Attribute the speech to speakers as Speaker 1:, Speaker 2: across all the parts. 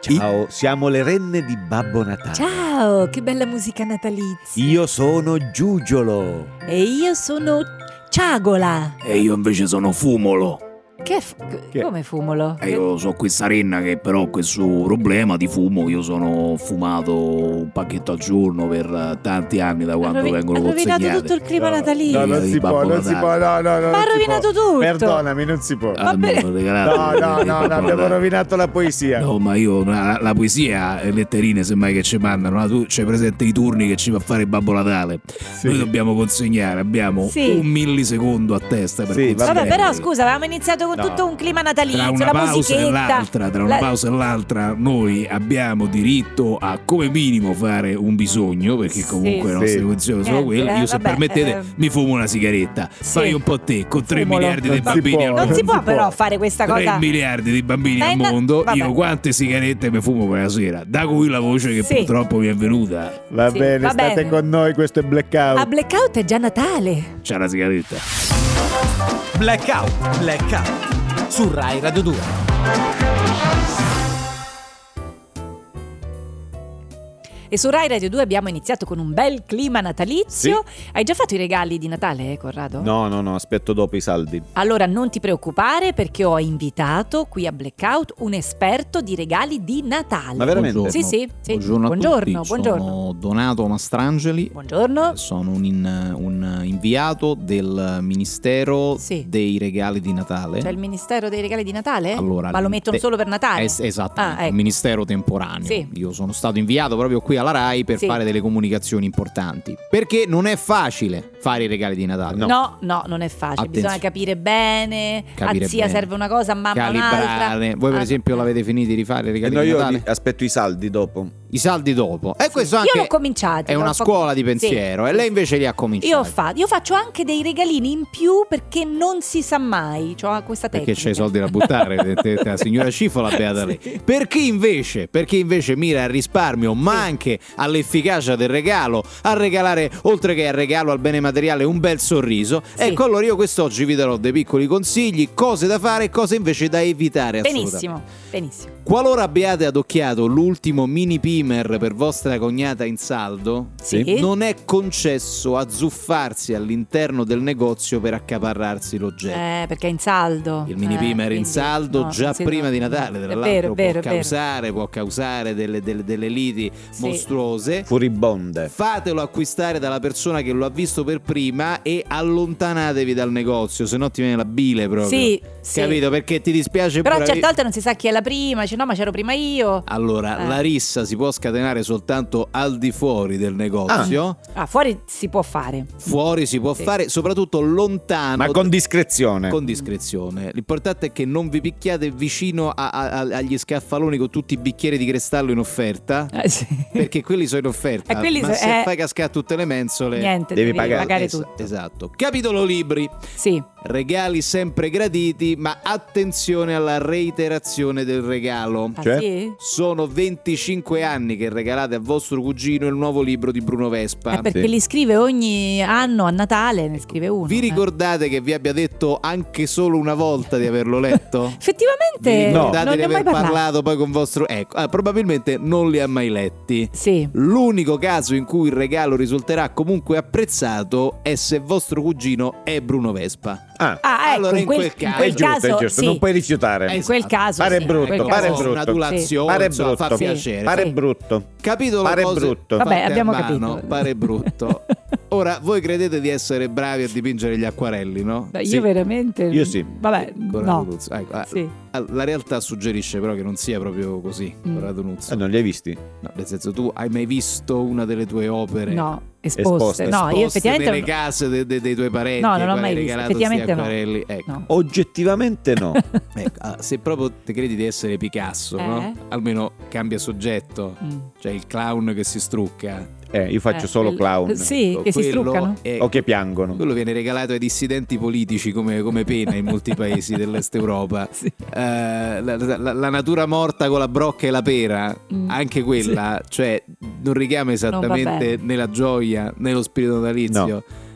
Speaker 1: Ciao, siamo le renne di Babbo Natale.
Speaker 2: Ciao, che bella musica natalizia.
Speaker 1: Io sono Giugiolo.
Speaker 2: E io sono Ciagola.
Speaker 3: E io invece sono Fumolo.
Speaker 2: Come Fumolo?
Speaker 3: Io so questa renna che però ha questo problema di fumo. Io sono fumato un pacchetto al giorno per tanti anni da quando vengono consegnate.
Speaker 2: Ha rovinato tutto il clima natalizio.
Speaker 1: No, non si può, non si può, no.
Speaker 2: Ma ha rovinato tutto.
Speaker 1: Perdonami, non si può.
Speaker 3: No,
Speaker 1: abbiamo rovinato la poesia.
Speaker 3: No, ma io la poesia e letterine semmai che ci mandano, tu c'hai presente i turni che ci fa fare il Babbo Natale.
Speaker 1: Sì.
Speaker 3: Noi dobbiamo consegnare, abbiamo un millisecondo a testa per consegnare.
Speaker 2: Vabbè, però scusa, avevamo iniziato con tutto un clima natalizio,
Speaker 3: tra una
Speaker 2: la
Speaker 3: pausa e
Speaker 2: musichetta.
Speaker 3: tra una pausa e l'altra noi abbiamo diritto a come minimo fare un bisogno, perché comunque le nostre condizioni sono quelle. Io se permettete mi fumo una sigaretta. Fai un po' te con 3 miliardi di bambini al mondo.
Speaker 2: Non si può però fare questa cosa.
Speaker 3: 3 miliardi di bambini al mondo. Io quante sigarette mi fumo quella sera? Da qui la voce che purtroppo mi è venuta.
Speaker 1: Va bene, state con noi, questo è Blackout.
Speaker 2: A Blackout è già Natale.
Speaker 3: C'è la sigaretta.
Speaker 4: Blackout su Rai Radio 2.
Speaker 2: E su Rai Radio 2 abbiamo iniziato con un bel clima natalizio. Hai già fatto i regali di Natale, Corrado?
Speaker 1: No, aspetto dopo i saldi.
Speaker 2: Allora non ti preoccupare, perché ho invitato qui a Blackout un esperto di regali di Natale.
Speaker 1: Ma veramente?
Speaker 5: Buongiorno.
Speaker 2: Sì.
Speaker 5: Buongiorno.
Speaker 2: Buongiorno.
Speaker 5: Sono Donato Mastrangeli.
Speaker 2: Buongiorno.
Speaker 5: Sono un inviato del Ministero dei Regali di Natale.
Speaker 2: C'è il Ministero dei Regali di Natale?
Speaker 5: Allora,
Speaker 2: ma lo mettono solo per Natale?
Speaker 5: Esatto,
Speaker 2: ecco.
Speaker 5: un ministero temporaneo.
Speaker 2: Sì.
Speaker 5: Io sono stato inviato proprio qui alla Rai per fare delle comunicazioni importanti, perché non è facile fare i regali di Natale.
Speaker 2: No, non è facile. Bisogna capire bene. A zia serve una cosa, a mamma
Speaker 5: calibrare.
Speaker 2: un'altra.
Speaker 5: Voi per esempio l'avete finiti di fare i regali di Natale?
Speaker 1: Io aspetto i saldi dopo.
Speaker 5: I saldi dopo. E questo anche
Speaker 2: io l'ho cominciato.
Speaker 5: È una scuola di pensiero. E lei invece li ha cominciati.
Speaker 2: Io faccio anche dei regalini in più, perché non si sa mai. C'ho questa tecnica.
Speaker 5: Perché c'hai soldi da buttare, la signora Cifola, beata lei. Perché invece mira al risparmio, ma anche all'efficacia del regalo, a regalare, oltre che al regalo, al bene materiale, un bel sorriso. Ecco, allora io quest'oggi vi darò dei piccoli consigli, cose da fare e cose invece da evitare.
Speaker 2: Benissimo.
Speaker 5: Qualora abbiate adocchiato l'ultimo mini Pimer per vostra cognata in saldo, non è concesso azzuffarsi all'interno del negozio per accaparrarsi l'oggetto.
Speaker 2: Perché è in saldo.
Speaker 5: Il mini Pimer in saldo già prima di Natale, tra l'altro, può causare delle liti mostruose.
Speaker 1: Furibonde.
Speaker 5: Fatelo acquistare dalla persona che lo ha visto per prima e allontanatevi dal negozio, se no ti viene la bile proprio. Capito? Perché ti dispiace.
Speaker 2: Però certe volte non si sa chi è la prima, dice no, ma c'ero prima io.
Speaker 5: Allora, la rissa si può scatenare soltanto al di fuori del negozio.
Speaker 2: Fuori si può fare.
Speaker 5: Fuori si può fare, soprattutto lontano.
Speaker 1: Ma con discrezione.
Speaker 5: Con discrezione. L'importante è che non vi picchiate vicino agli scaffaloni con tutti i bicchieri di cristallo in offerta. Perché quelli sono in offerta. Ma se fai cascare tutte le mensole,
Speaker 2: niente, devi pagare tutto.
Speaker 5: Esatto. Capitolo libri. Regali sempre graditi, ma attenzione alla reiterazione del regalo. Sono 25 anni che regalate a vostro cugino il nuovo libro di Bruno Vespa.
Speaker 2: Perché li scrive ogni anno a Natale, ne scrive uno.
Speaker 5: Vi ricordate che vi abbia detto anche solo una volta di averlo letto?
Speaker 2: Effettivamente
Speaker 5: vi ricordate
Speaker 2: non
Speaker 5: di aver parlato poi con vostro... probabilmente non li ha mai letti. L'unico caso in cui il regalo risulterà comunque apprezzato è se vostro cugino è Bruno Vespa. Allora in quel caso
Speaker 1: è giusto, non puoi rifiutare.
Speaker 2: In quel caso
Speaker 1: pare brutto.
Speaker 5: Un'adulazione, fa piacere.
Speaker 1: Pare brutto.
Speaker 5: Capito?
Speaker 1: Pare brutto.
Speaker 2: Vabbè, abbiamo capito.
Speaker 5: Pare brutto. Ora, voi credete di essere bravi a dipingere gli acquarelli, no?
Speaker 2: Io veramente.
Speaker 1: Io sì.
Speaker 2: Vabbè, no.
Speaker 5: La realtà suggerisce però che non sia proprio così, Corrado Nuzzo.
Speaker 1: Non li hai visti?
Speaker 5: No, nel senso, tu hai mai visto una delle tue opere?
Speaker 2: No, esposte. No, io effettivamente
Speaker 5: nelle case dei tuoi parenti.
Speaker 2: No, non l'ho mai visto. Effettivamente
Speaker 5: acquarelli. Ecco.
Speaker 1: No. Oggettivamente no.
Speaker 5: Se proprio ti credi di essere Picasso, no? Almeno cambia soggetto. Cioè il clown che si strucca.
Speaker 1: Io faccio solo clown.
Speaker 2: Che si struccano.
Speaker 1: O che piangono.
Speaker 5: Quello viene regalato ai dissidenti politici come pena in molti paesi dell'est Europa. La natura morta con la brocca e la pera, anche quella, cioè non richiama esattamente né la gioia né lo spirito natalizio.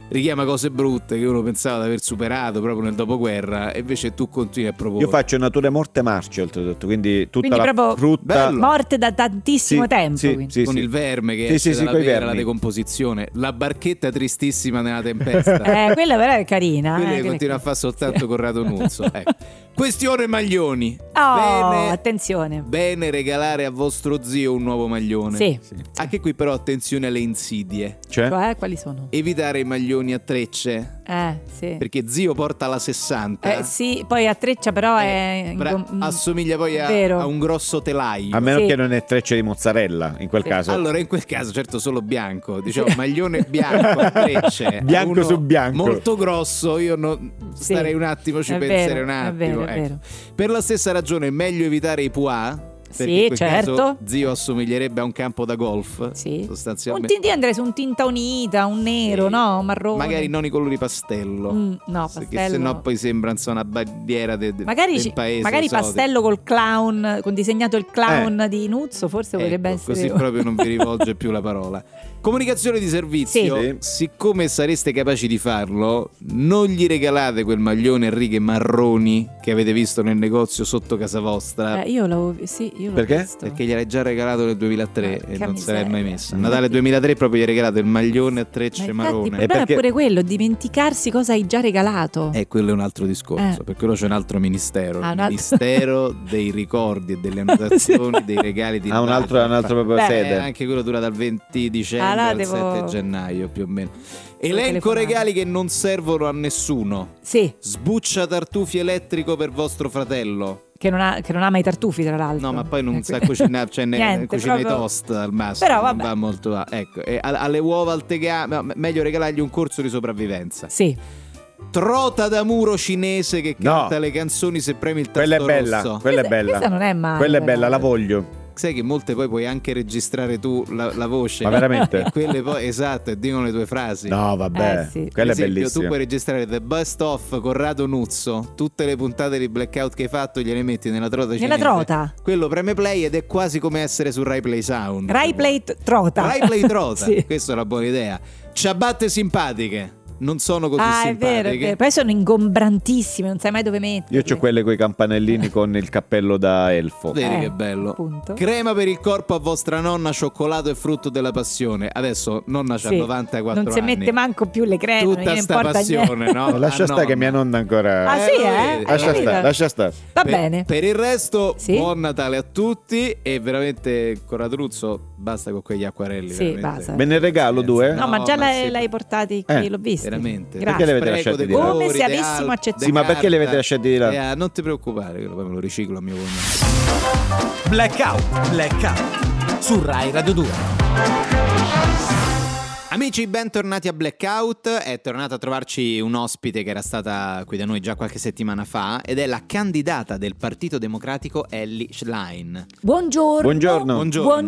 Speaker 5: richiama cose brutte che uno pensava di aver superato proprio nel dopoguerra, e invece tu continui a proporre.
Speaker 1: Io faccio nature morte marce oltretutto, quindi tutta la frutta
Speaker 2: morte da tantissimo tempo,
Speaker 5: con il verme che esce dalla pera, la decomposizione, la barchetta tristissima nella tempesta.
Speaker 2: Quella però è carina.
Speaker 5: Quella continua a fare soltanto Corrado Nuzzo. Ecco. Questione maglioni.
Speaker 2: Attenzione.
Speaker 5: Bene regalare a vostro zio un nuovo maglione.
Speaker 2: Sì.
Speaker 5: Anche qui però attenzione alle insidie.
Speaker 2: Cioè quali sono?
Speaker 5: Evitare i maglioni a trecce.
Speaker 2: Sì.
Speaker 5: Perché zio porta la 60.
Speaker 2: Sì, poi a treccia però
Speaker 5: assomiglia poi a un grosso telaio.
Speaker 1: A meno che non è treccia di mozzarella, in quel caso.
Speaker 5: Allora in quel caso certo solo bianco. Diciamo maglione bianco a trecce.
Speaker 1: Bianco su bianco.
Speaker 5: Molto grosso, io starei un attimo, ci penserei un attimo.
Speaker 2: È vero.
Speaker 5: Per la stessa ragione è meglio evitare i pois.
Speaker 2: Sì, certo.
Speaker 5: Zio assomiglierebbe a un campo da golf.
Speaker 2: Sì.
Speaker 5: Sostanzialmente.
Speaker 2: Andrei su un tinta unita, un nero, no? Marrone.
Speaker 5: Magari non i colori pastello.
Speaker 2: No, pastello.
Speaker 5: Perché sennò poi sembra una bandiera del paese.
Speaker 2: Magari pastello col clown, con disegnato il clown di Nuzzo, forse potrebbe essere.
Speaker 5: Così proprio non vi rivolge più la parola. Comunicazione di servizio.
Speaker 1: Sì.
Speaker 5: Siccome sareste capaci di farlo, non gli regalate quel maglione a righe marroni che avete visto nel negozio sotto casa vostra.
Speaker 2: Io l'ho
Speaker 1: Perché?
Speaker 2: visto.
Speaker 5: Perché gliel'hai già regalato nel 2003 e non se l'hai mai messo. A
Speaker 2: Infatti,
Speaker 5: Natale 2003 proprio gli hai regalato il maglione a trecce marrone.
Speaker 2: Il problema è pure quello, dimenticarsi cosa hai già regalato.
Speaker 5: Quello è un altro discorso, per quello c'è un altro ministero, il
Speaker 2: ministero
Speaker 5: dei ricordi e delle annotazioni dei regali di
Speaker 1: un altro proprio sede.
Speaker 5: Anche quello dura dal 20 dicembre al 7 gennaio più o meno. Elenco regali che non servono a nessuno.
Speaker 2: Sì.
Speaker 5: Sbuccia tartufi elettrico per vostro fratello.
Speaker 2: Che non ama i tartufi, tra l'altro.
Speaker 5: No, ma poi non sa cucinare, cioè cucina i toast al massimo.
Speaker 2: Però
Speaker 5: non va molto. Ecco, e alle uova al tegame, meglio regalargli un corso di sopravvivenza.
Speaker 2: Sì.
Speaker 5: Trota da muro cinese che canta le canzoni se premi il tasto
Speaker 1: quella è bella,
Speaker 5: rosso.
Speaker 1: Quella è bella.
Speaker 2: Questa non è male.
Speaker 1: Quella è bella, la voglio.
Speaker 5: Sai che molte poi puoi anche registrare tu la voce.
Speaker 1: Ma veramente?
Speaker 5: E quelle poi, esatto, e dicono le tue frasi.
Speaker 1: No, vabbè,
Speaker 2: sì.
Speaker 1: quella è
Speaker 5: esempio,
Speaker 1: bellissima.
Speaker 5: Tu puoi registrare The Best Of Corrado Nuzzo, tutte le puntate di Blackout che hai fatto gliele metti nella trota cinese.
Speaker 2: Nella trota.
Speaker 5: Quello preme play ed è quasi come essere su Rai Play Sound.
Speaker 2: Rai Play Trota.
Speaker 5: Rai Play Trota,
Speaker 2: Sì.
Speaker 5: Questa è una buona idea. Ciabatte simpatiche. Non sono così simpatiche.
Speaker 2: È vero. Poi sono ingombrantissime, non sai mai dove metterle.
Speaker 1: Io ho quelle coi campanellini con il cappello da elfo.
Speaker 5: Vedi che bello.
Speaker 2: Appunto.
Speaker 5: Crema per il corpo a vostra nonna, cioccolato e frutto della passione. Adesso nonna c'ha 94
Speaker 2: non
Speaker 5: anni.
Speaker 2: Non si mette manco più le creme.
Speaker 5: Tutta sta passione, no?
Speaker 1: Lascia stare che mia nonna ancora.
Speaker 2: Ah sì,
Speaker 1: Lascia stare.
Speaker 2: Va bene.
Speaker 5: Per il resto,
Speaker 2: sì?
Speaker 5: Buon Natale a tutti. E veramente Corrado Nuzzo, basta con quegli acquarelli.
Speaker 2: Sì,
Speaker 5: veramente.
Speaker 2: basta.
Speaker 1: Ve ne regalo due?
Speaker 2: No, ma già l'hai portati qui, l'ho visto.
Speaker 5: Veramente.
Speaker 2: Grazie.
Speaker 1: Perché li avete lasciati di là?
Speaker 2: Come se avessimo accettato.
Speaker 1: Sì, ma perché li avete lasciati di là?
Speaker 5: Non ti preoccupare, che poi me lo riciclo a mio conto.
Speaker 4: Blackout su Rai Radio 2.
Speaker 5: Amici, bentornati a Blackout. È tornata a trovarci un ospite che era stata qui da noi già qualche settimana fa ed è la candidata del Partito Democratico Elly Schlein.
Speaker 2: Buongiorno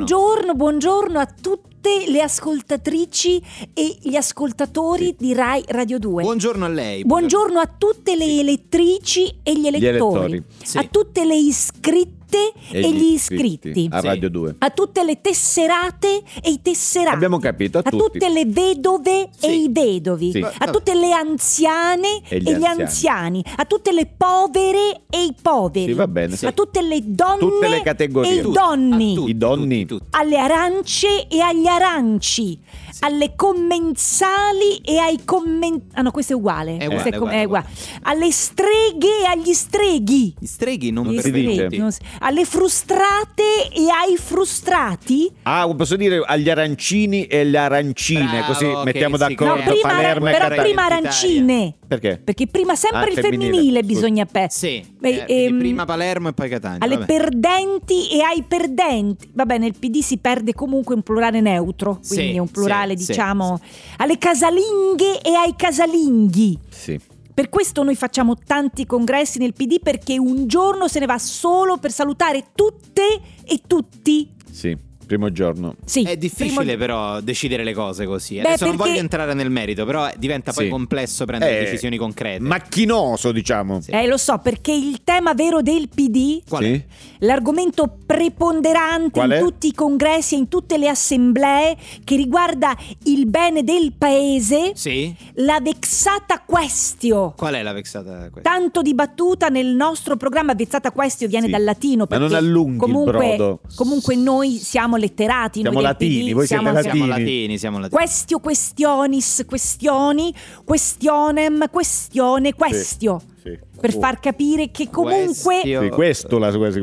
Speaker 2: a tutte le ascoltatrici e gli ascoltatori di Rai Radio 2.
Speaker 5: Buongiorno a lei.
Speaker 2: Buongiorno a tutte le elettrici e gli elettori.
Speaker 5: Sì.
Speaker 2: A tutte le iscritte e gli iscritti
Speaker 1: a Radio 2,
Speaker 2: a tutte le tesserate e i tesserati.
Speaker 1: Abbiamo capito, a tutti.
Speaker 2: Tutte le vedove e i vedovi,
Speaker 1: Sì.
Speaker 2: a tutte le anziane e gli anziani, a tutte le povere e i poveri,
Speaker 1: Sì, va bene.
Speaker 2: a tutte le donne
Speaker 1: Tutte le categorie.
Speaker 2: e i donni,
Speaker 5: Tutti,
Speaker 1: I donni.
Speaker 5: tutti.
Speaker 2: alle arance e agli aranci, alle commensali e ai questo è uguale.
Speaker 5: È
Speaker 2: Questo
Speaker 5: uguale.
Speaker 2: uguale. Alle streghe e agli streghi.
Speaker 5: Gli streghi non
Speaker 2: Gli
Speaker 5: per
Speaker 1: streghi.
Speaker 5: tutti.
Speaker 2: Non si- alle frustrate e ai frustrati.
Speaker 1: Posso dire agli arancini e alle arancine,
Speaker 5: Bravo,
Speaker 1: così
Speaker 5: che
Speaker 1: mettiamo
Speaker 5: si
Speaker 1: d'accordo
Speaker 5: crea-
Speaker 1: Palermo e
Speaker 2: però
Speaker 1: Catania.
Speaker 2: prima arancine.
Speaker 1: Perché?
Speaker 2: Perché prima sempre il
Speaker 1: femminile.
Speaker 2: femminile
Speaker 1: Scusa.
Speaker 2: bisogna
Speaker 5: Sì,
Speaker 2: Beh,
Speaker 5: prima Palermo e poi Catania.
Speaker 2: alle
Speaker 5: vabbè.
Speaker 2: perdenti e ai perdenti. Vabbè, nel PD si perde comunque un plurale neutro, quindi
Speaker 5: Sì,
Speaker 2: è un plurale,
Speaker 5: sì,
Speaker 2: diciamo, alle casalinghe e ai casalinghi.
Speaker 1: Sì.
Speaker 2: Per questo noi facciamo tanti congressi nel PD, perché un giorno se ne va solo per salutare tutte e tutti.
Speaker 1: Sì. Primo giorno.
Speaker 2: Sì,
Speaker 5: è difficile però decidere le cose così. Adesso non voglio entrare nel merito, però diventa poi complesso prendere decisioni concrete.
Speaker 1: Macchinoso, diciamo.
Speaker 2: Sì. Lo so, perché il tema vero del PD,
Speaker 5: qual è?
Speaker 2: L'argomento preponderante in tutti i congressi e in tutte le assemblee, che riguarda il bene del paese, la vexata questio.
Speaker 5: Qual è la vexata questio?
Speaker 2: Tanto dibattuta nel nostro programma. Vexata questio viene dal latino,
Speaker 1: ma non allunghi il brodo.
Speaker 2: Comunque noi siamo letterati,
Speaker 1: siamo
Speaker 2: noi
Speaker 1: latini,
Speaker 2: PD,
Speaker 1: voi siamo latini.
Speaker 5: Siamo latini.
Speaker 2: Questio, questionis, questioni, questionem, questione, questio. Per far capire che comunque
Speaker 1: questo.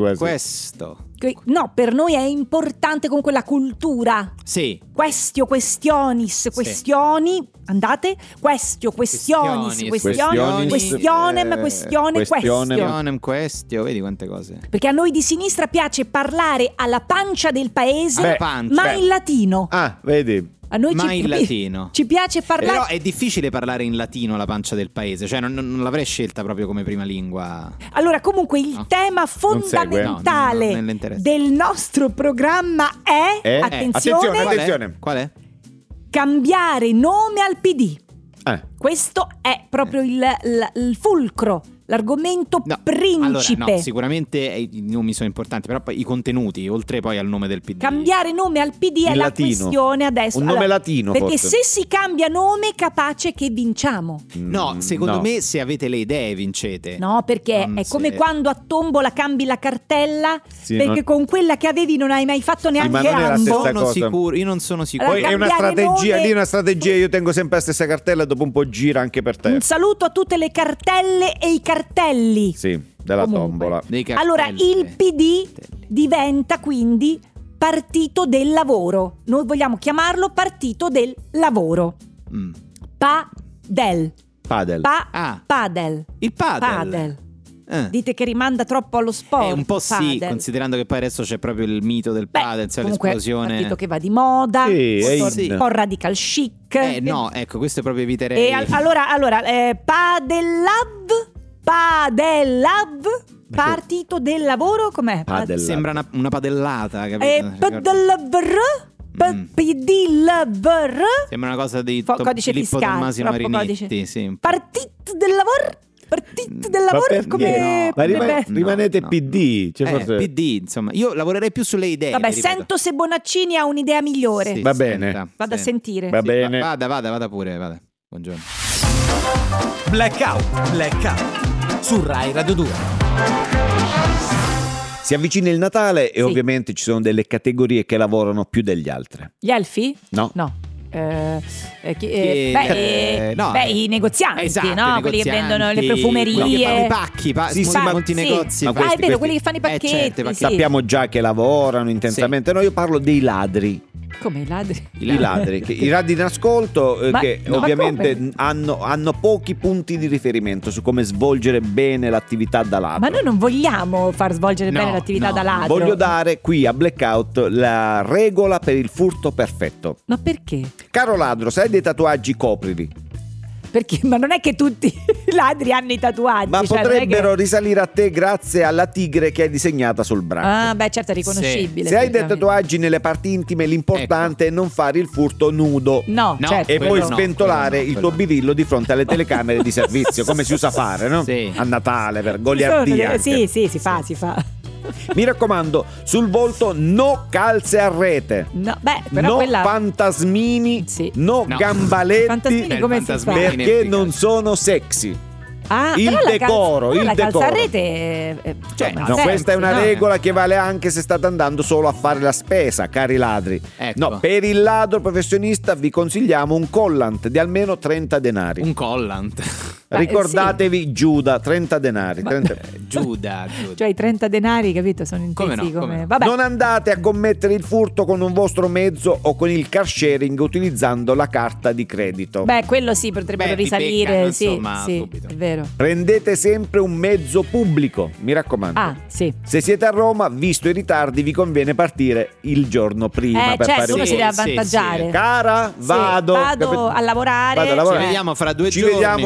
Speaker 2: No, per noi è importante comunque la cultura.
Speaker 5: Sì.
Speaker 2: Questio, questionis, questioni. Andate. Questio, questionis, questioni. Questionem, questione,
Speaker 5: questio. Vedi quante cose.
Speaker 2: Perché a noi di sinistra piace parlare alla pancia del paese, ma in latino.
Speaker 1: Ah, vedi.
Speaker 2: A noi
Speaker 5: in latino.
Speaker 2: Ci piace parlare.
Speaker 5: Però è difficile parlare in latino alla pancia del paese, cioè non l'avrei scelta proprio come prima lingua.
Speaker 2: Allora, comunque il tema fondamentale del nostro programma è
Speaker 1: attenzione.
Speaker 5: Qual è?
Speaker 2: Cambiare nome al PD. Questo è proprio il fulcro, l'argomento principe.
Speaker 5: Allora, no, sicuramente i nomi sono importanti, però poi i contenuti, oltre poi al nome del PD.
Speaker 2: Cambiare nome al PD è la questione adesso.
Speaker 1: Un nome latino,
Speaker 2: perché
Speaker 1: forse.
Speaker 2: se si cambia nome, capace che vinciamo.
Speaker 5: No, secondo me se avete le idee vincete.
Speaker 2: No, perché è come quando a tombola cambi la cartella, perché con quella che avevi non hai mai fatto neanche
Speaker 5: ambo. Io non sono sicuro.
Speaker 1: Poi è una strategia, lì è una strategia. Io tengo sempre la stessa cartella e dopo un po' gira anche per te.
Speaker 2: Un saluto a tutte le cartelle e i cartelli.
Speaker 1: Sì, della tombola.
Speaker 2: Allora, il PD diventa quindi partito del lavoro. Noi vogliamo chiamarlo partito del lavoro. Padel. Padel.
Speaker 5: Il padel.
Speaker 2: Dite che rimanda troppo allo sport.
Speaker 5: Un po' sì, considerando che poi adesso c'è proprio il mito del padel, cioè l'esplosione.
Speaker 2: È un partito che va di moda, un po' radical chic.
Speaker 5: No, ecco, questo è proprio eviterei.
Speaker 2: E allora Padel Lab, partito del lavoro, com'è?
Speaker 5: Sembra una padellata, capito?
Speaker 2: PD-Lab.
Speaker 5: Sembra una cosa di
Speaker 2: codice
Speaker 5: Filippo
Speaker 2: fiscale,
Speaker 5: Tommasi Marinetti, sì.
Speaker 2: Partito del lavoro. Partito del lavoro come
Speaker 1: rimanete PD,
Speaker 5: forse... PD, insomma. Io lavorerei più sulle idee.
Speaker 2: Vabbè, sento se Bonaccini ha un'idea migliore.
Speaker 1: Va bene.
Speaker 2: Vado a sentire.
Speaker 1: Va bene.
Speaker 5: Vada pure, vada. Buongiorno.
Speaker 4: Blackout su Rai Radio 2.
Speaker 1: Si avvicina il Natale e ovviamente ci sono delle categorie che lavorano più degli altri.
Speaker 2: Gli elfi?
Speaker 1: No.
Speaker 2: I negozianti,
Speaker 5: esatto,
Speaker 2: quelli che vendono le profumerie,
Speaker 5: quelli che fanno i pacchi, molti negozi.
Speaker 2: È vero, quelli che fanno i pacchetti.
Speaker 1: Sappiamo già che lavorano intensamente. No, io parlo dei ladri.
Speaker 2: Come i ladri?
Speaker 1: I ladri in ascolto che ovviamente hanno pochi punti di riferimento su come svolgere bene l'attività da ladro.
Speaker 2: Ma noi non vogliamo far svolgere bene l'attività da ladro.
Speaker 1: Voglio dare qui a Blackout la regola per il furto perfetto.
Speaker 2: Ma perché?
Speaker 1: Caro ladro, se hai dei tatuaggi, coprili.
Speaker 2: Perché? Ma non è che tutti i ladri hanno i tatuaggi.
Speaker 1: Ma potrebbero risalire a te grazie alla tigre che hai disegnata sul braccio.
Speaker 2: Certo, è riconoscibile.
Speaker 1: Se hai dei tatuaggi nelle parti intime, l'importante è non fare il furto nudo.
Speaker 2: No, certo.
Speaker 1: E poi sventolare il tuo birillo di fronte alle telecamere di servizio, come si usa fare, no?
Speaker 5: Sì.
Speaker 1: A Natale, per goliardia.
Speaker 2: Sì, si fa.
Speaker 1: Mi raccomando, sul volto no calze a rete,
Speaker 2: però
Speaker 1: fantasmini, no gambaletti,
Speaker 2: fantasmini come si fa?
Speaker 1: Perché non sono sexy. Il decoro,
Speaker 2: la calza a rete
Speaker 1: questa è una regola che vale anche se state andando solo a fare la spesa, cari ladri. No, per il ladro professionista vi consigliamo un collant di almeno 30 denari.
Speaker 5: Un collant.
Speaker 1: Ricordatevi Giuda, 30 denari.
Speaker 5: Giuda.
Speaker 2: Cioè i 30 denari, capito? Sono intesi come... Vabbè.
Speaker 1: Non andate a commettere il furto con un vostro mezzo o con il car sharing utilizzando la carta di credito.
Speaker 2: Quello sì, potrebbero risalire. Sì, è vero.
Speaker 1: Prendete sempre un mezzo pubblico, mi raccomando.
Speaker 2: Sì.
Speaker 1: Se siete a Roma, visto i ritardi, vi conviene partire il giorno prima per fare
Speaker 2: uno si deve avvantaggiare.
Speaker 1: Cara, vado
Speaker 2: a lavorare.
Speaker 5: Ci vediamo fra 2 giorni.
Speaker 1: Ci vediamo fra 2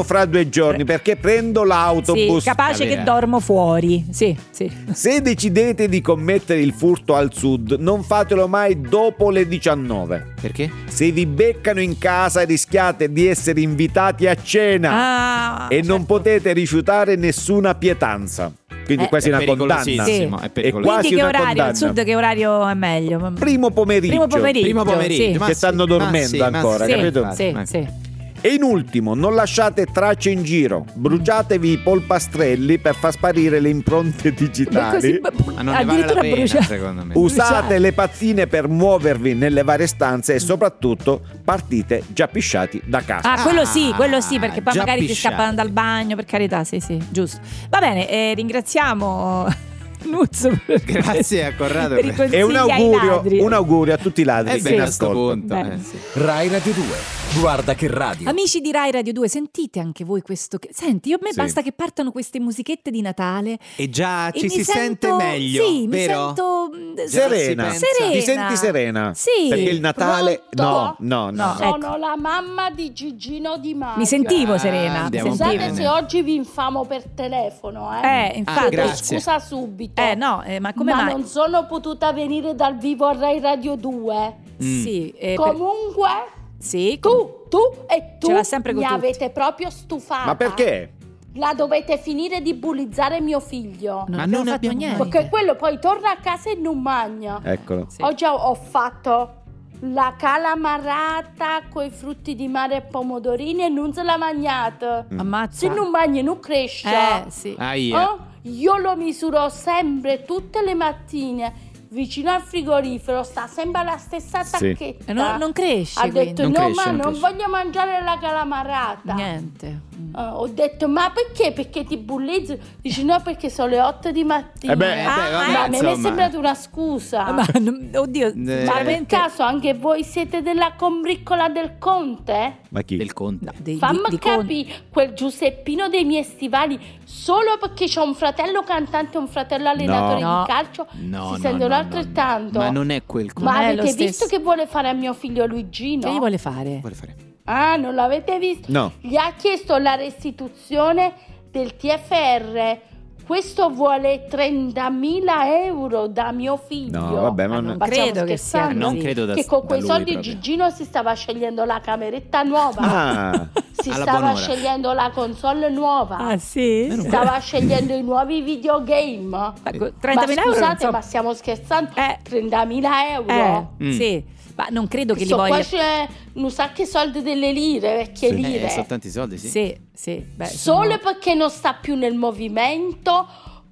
Speaker 1: giorni perché prendo l'autobus.
Speaker 2: Sì, capace che dormo fuori. Sì.
Speaker 1: Se decidete di commettere il furto al sud, non fatelo mai dopo le 19.
Speaker 5: Perché?
Speaker 1: Se vi beccano in casa rischiate di essere invitati a cena e non potete rifiutare nessuna pietanza. Quindi quasi una condanna.
Speaker 5: Sì.
Speaker 1: È quasi
Speaker 2: che
Speaker 1: una
Speaker 2: orario?
Speaker 1: condanna.
Speaker 2: Al sud che orario è meglio?
Speaker 1: Primo pomeriggio.
Speaker 2: Sì.
Speaker 1: Che stanno dormendo ancora, capito?
Speaker 2: Sì.
Speaker 1: E in ultimo, non lasciate tracce in giro. Bruciatevi i polpastrelli per far sparire le impronte digitali.
Speaker 5: Ma non ne vale la pena, secondo me.
Speaker 1: Usate le pattine per muovervi nelle varie stanze e soprattutto partite già pisciati da casa.
Speaker 2: Quello sì, perché poi magari ti scappano dal bagno, per carità, sì, giusto. Va bene, ringraziamo Nuzzo.
Speaker 5: Grazie a Corrado.
Speaker 1: E un augurio a tutti i ladri.
Speaker 5: Bene, a sto punto.
Speaker 4: Rai Radio 2. Guarda che radio.
Speaker 2: Amici di Rai Radio 2, sentite anche voi questo. Senti, a me basta che partano queste musichette di Natale
Speaker 5: e già ci si sente meglio.
Speaker 2: Sì,
Speaker 5: vero?
Speaker 2: mi sento
Speaker 1: serena. Ti senti serena?
Speaker 2: Sì.
Speaker 1: Perché il Natale.
Speaker 6: Pronto?
Speaker 1: No.
Speaker 6: Sono la mamma di Gigino Di Maio.
Speaker 2: Mi sentivo serena.
Speaker 6: Scusate se oggi vi infamo per telefono,
Speaker 2: infatti.
Speaker 5: Grazie.
Speaker 6: Scusa subito.
Speaker 2: Ma come mai?
Speaker 6: Ma non sono potuta venire dal vivo a Rai Radio 2.
Speaker 2: Sì.
Speaker 6: Comunque.
Speaker 2: Sì.
Speaker 6: Tu e tu
Speaker 2: ce l'ha sempre con
Speaker 6: mi
Speaker 2: tutti.
Speaker 6: avete proprio stufata.
Speaker 1: Ma perché?
Speaker 6: La dovete finire di bullizzare mio figlio.
Speaker 2: Ma non abbiamo niente.
Speaker 6: Perché quello poi torna a casa e non mangia.
Speaker 1: Eccolo.
Speaker 2: Sì.
Speaker 6: Oggi ho fatto la calamarata con i frutti di mare e pomodorini e non se l'ha mangiata.
Speaker 2: Ammazza.
Speaker 6: Se non mangi non cresce.
Speaker 2: Sì.
Speaker 6: Io lo misuro sempre tutte le mattine vicino al frigorifero, sta sempre alla stessa tacchetta.
Speaker 2: Non cresce.
Speaker 6: Ha detto
Speaker 5: non
Speaker 6: non voglio mangiare la calamarata.
Speaker 2: Niente.
Speaker 6: Ho detto ma perché? Perché ti bullizzo? Dici no, perché sono le 8 di mattina. Ma a me mi è sembrata una scusa.
Speaker 2: Oddio,
Speaker 6: Ma per caso anche voi siete della combriccola del Conte?
Speaker 1: Ma chi?
Speaker 5: Del Conte.
Speaker 2: No,
Speaker 6: Fammi capire quel Giuseppino dei miei stivali solo perché c'ho un fratello cantante e un fratello allenatore di calcio si sentono altrettanto.
Speaker 5: Ma non è quel Conte.
Speaker 6: Ma avete visto che vuole fare a mio figlio Luigino?
Speaker 2: Che gli vuole fare?
Speaker 6: Non l'avete visto?
Speaker 1: No.
Speaker 6: Gli ha chiesto la restituzione del TFR. Questo vuole 30.000 euro da mio figlio.
Speaker 1: No, vabbè, ma
Speaker 2: non credo che sia.
Speaker 5: Non credo
Speaker 6: che con quei soldi
Speaker 5: proprio.
Speaker 6: Gigino si stava scegliendo la cameretta nuova. Si stava scegliendo la console nuova.
Speaker 2: Ah, sì?
Speaker 6: Stava scegliendo i nuovi videogame.
Speaker 2: 30.000 euro.
Speaker 6: Scusate, ma stiamo scherzando? 30.000 euro.
Speaker 2: Sì. Ma non credo che li voglia.
Speaker 6: Qua c'è un sacco di soldi delle lire, vecchie lire.
Speaker 5: Sono tanti soldi,
Speaker 2: Sì.
Speaker 6: Solo perché non sta più nel movimento,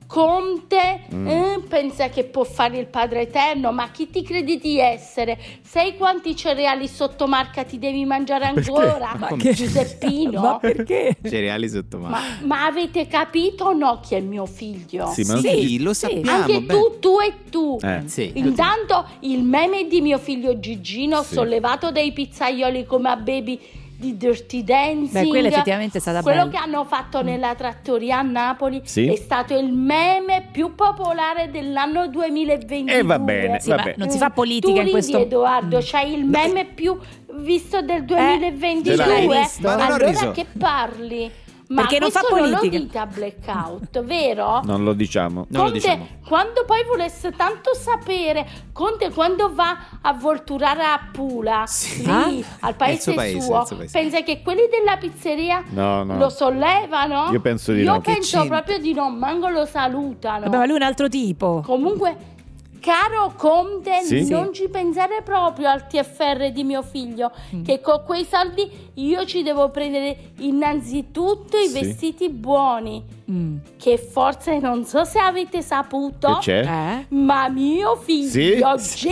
Speaker 6: Conte pensa che può fare il padre eterno. Ma chi ti credi di essere? Sai quanti cereali sotto marca ti devi mangiare ancora? Giuseppino?
Speaker 2: Ma perché?
Speaker 5: Cereali sotto marca.
Speaker 6: Ma avete capito o no chi è mio figlio?
Speaker 5: Sì, lo sappiamo.
Speaker 6: Anche tu e tu.
Speaker 5: Sì.
Speaker 6: Intanto il meme di mio figlio Gigino sollevato dai pizzaioli come a Baby di Dirty Dancing.
Speaker 2: Quello effettivamente è stata
Speaker 6: quello
Speaker 2: bella.
Speaker 6: che hanno fatto nella trattoria a Napoli è stato il meme più popolare dell'anno 2022.
Speaker 1: E va bene,
Speaker 2: ma non si fa politica in questo.
Speaker 6: Edoardo, c'hai il meme più visto del 2022. Allora che parli? Ma
Speaker 2: perché non fa politica.
Speaker 6: Non lo dite a Blackout, vero?
Speaker 1: Non lo diciamo.
Speaker 6: Conte, quando poi volesse tanto sapere, Conte quando va a volturare a Pula, lì al paese suo, pensa che quelli della pizzeria lo sollevano?
Speaker 1: Io penso di no.
Speaker 6: Io penso proprio di no, manco lo salutano.
Speaker 2: Vabbè, ma lui è un altro tipo.
Speaker 6: Comunque, caro Conte, non ci pensare proprio al TFR di mio figlio, che con quei soldi io ci devo prendere innanzitutto i vestiti buoni, che forse non so se avete saputo, ma mio figlio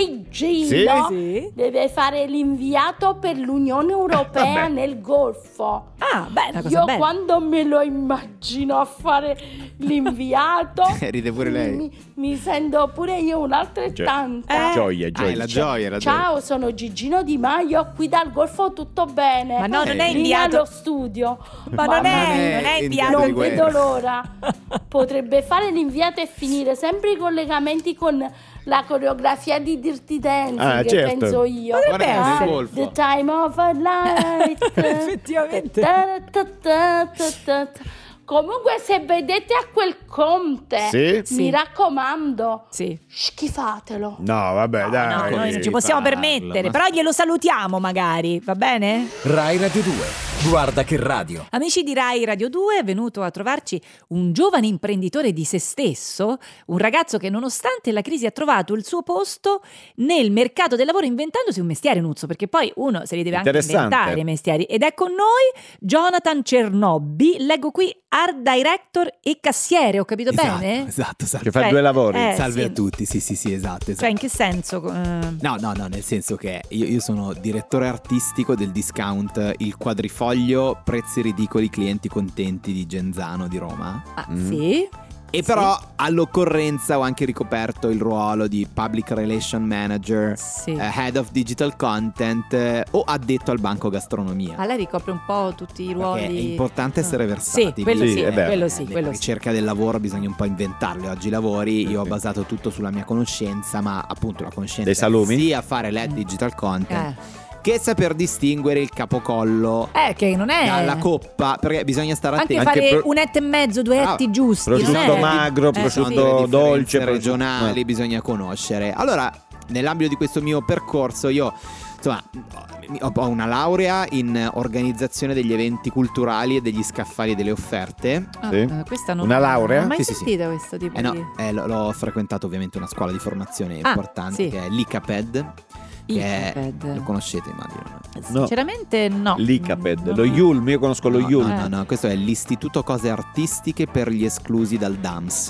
Speaker 6: Gigino deve fare l'inviato per l'Unione Europea nel Golfo.
Speaker 2: Una cosa
Speaker 6: io
Speaker 2: bella.
Speaker 6: quando me lo immagino a fare l'inviato
Speaker 5: ride pure lei.
Speaker 6: mi sento pure io un'altra altrettanta.
Speaker 1: Gioia.
Speaker 5: La gioia.
Speaker 6: Ciao, sono Gigino Di Maio, qui dal Golfo tutto bene.
Speaker 2: Ma no, non è inviato
Speaker 6: allo studio.
Speaker 2: Ma non è inviato.
Speaker 6: Non vedo l'ora. Potrebbe fare l'inviato e finire sempre i collegamenti con la coreografia di Dirty Dancing,
Speaker 1: certo.
Speaker 6: penso io.
Speaker 2: Potrebbe essere.
Speaker 6: The time of a night.
Speaker 2: Effettivamente.
Speaker 6: Comunque, se vedete a quel conte, mi raccomando, schifatelo.
Speaker 1: No, vabbè, dai.
Speaker 2: No, noi non ci possiamo permettere, però glielo salutiamo magari, va bene?
Speaker 4: Rai Radio 2, guarda che radio.
Speaker 2: Amici di Rai Radio 2, è venuto a trovarci un giovane imprenditore di se stesso, un ragazzo che nonostante la crisi ha trovato il suo posto nel mercato del lavoro inventandosi un mestiere, Nuzzo, perché poi uno se li deve anche inventare i mestieri. Ed è con noi Jonathan Cernobbi, leggo qui Art Director e cassiere, ho capito bene?
Speaker 5: Esatto.
Speaker 1: Che fa 2 lavori.
Speaker 5: Salve a tutti, sì, esatto.
Speaker 2: Cioè, in che senso?
Speaker 5: No, nel senso che io sono direttore artistico del discount Il Quadrifoglio, prezzi ridicoli, clienti contenti di Genzano di Roma.
Speaker 2: Sì.
Speaker 5: E però all'occorrenza ho anche ricoperto il ruolo di Public Relation Manager, Head of Digital Content o addetto al banco gastronomia.
Speaker 2: Lei ricopre un po' tutti i ruoli.
Speaker 5: Perché è importante essere versatili.
Speaker 2: Sì, quello sì.
Speaker 5: La ricerca del lavoro bisogna un po' inventarli. Oggi i lavori io ho basato tutto sulla mia conoscenza, ma appunto la conoscenza
Speaker 1: dei salumi,
Speaker 5: sia fare l'head digital content che saper distinguere il capocollo
Speaker 2: che non è
Speaker 5: dalla coppa, perché bisogna stare attenti.
Speaker 2: Anche fare un et e mezzo, 2 etti giusti.
Speaker 1: Prosciutto magro, prosciutto dolce,
Speaker 5: regionali, bisogna conoscere. Allora, nell'ambito di questo mio percorso io ho una laurea in organizzazione degli eventi culturali e degli scaffali delle offerte.
Speaker 2: Questa non
Speaker 1: una laurea?
Speaker 2: Non ho mai sentita questo tipo di...
Speaker 5: l'ho frequentato ovviamente una scuola di formazione importante che è l'ICAPED. Lo conoscete, immagino?
Speaker 1: No.
Speaker 2: Sinceramente no.
Speaker 1: L'ICAPED, lo IULM, io conosco lo IULM.
Speaker 5: No, questo è l'Istituto Cose Artistiche per gli esclusi dal DAMS.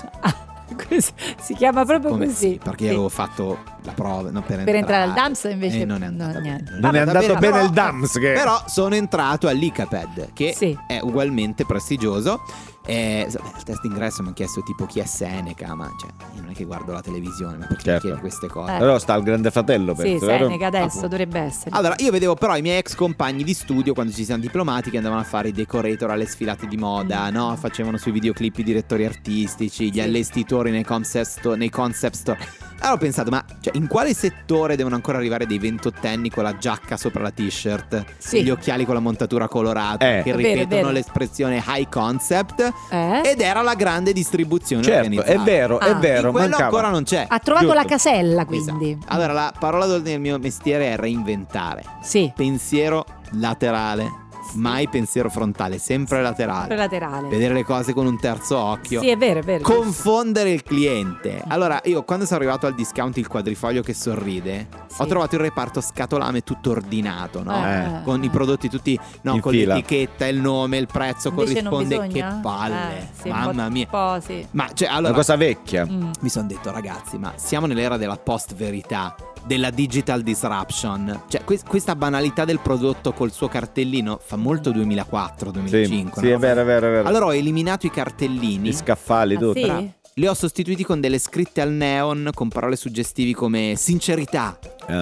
Speaker 2: Si chiama proprio così.
Speaker 5: Sì, perché io avevo fatto la prova per
Speaker 2: entrare al DAMS, invece
Speaker 5: non è andato bene.
Speaker 1: Non è andato bene il DAMS.
Speaker 5: Però sono entrato all'ICAPED, che è ugualmente prestigioso. Il test d'ingresso mi hanno chiesto tipo chi è Seneca, ma io non è che guardo la televisione, ma perché chiedi queste cose?
Speaker 1: Però sta al Grande Fratello, penso,
Speaker 2: Seneca adesso dovrebbe essere.
Speaker 5: Allora, io vedevo però i miei ex compagni di studio quando ci siamo diplomati che andavano a fare i decorator alle sfilate di moda, no? Facevano sui videoclip i direttori artistici, gli allestitori nei concept store. Allora ho pensato, ma in quale settore devono ancora arrivare dei 28enni con la giacca sopra la t-shirt, gli occhiali con la montatura colorata, che ripetono l'espressione high concept, ed era la grande distribuzione organizzata.
Speaker 1: È vero.
Speaker 5: Quello
Speaker 1: mancava.
Speaker 5: ancora non c'è.
Speaker 2: Ha trovato la casella, quindi.
Speaker 5: Esatto. Allora, la parola del mio mestiere è reinventare. Pensiero laterale. Mai pensiero frontale, sempre laterale. Vedere le cose con un terzo occhio.
Speaker 2: Sì, è vero.
Speaker 5: Confondere il cliente. Allora, io quando sono arrivato al discount Il Quadrifoglio che sorride, ho trovato il reparto scatolame tutto ordinato, no? Con i prodotti tutti con fila. L'etichetta, il nome, il prezzo. Invece corrisponde. Che palle, mamma mia. Ma allora,
Speaker 1: una cosa vecchia.
Speaker 5: Mi sono detto, ragazzi, ma siamo nell'era della post verità, della digital disruption. Questa banalità del prodotto col suo cartellino fa molto 2004-2005.
Speaker 1: Sì, è vero.
Speaker 5: Allora ho eliminato i cartellini,
Speaker 1: gli scaffali, tutto.
Speaker 5: Li ho sostituiti con delle scritte al neon con parole suggestivi come sincerità.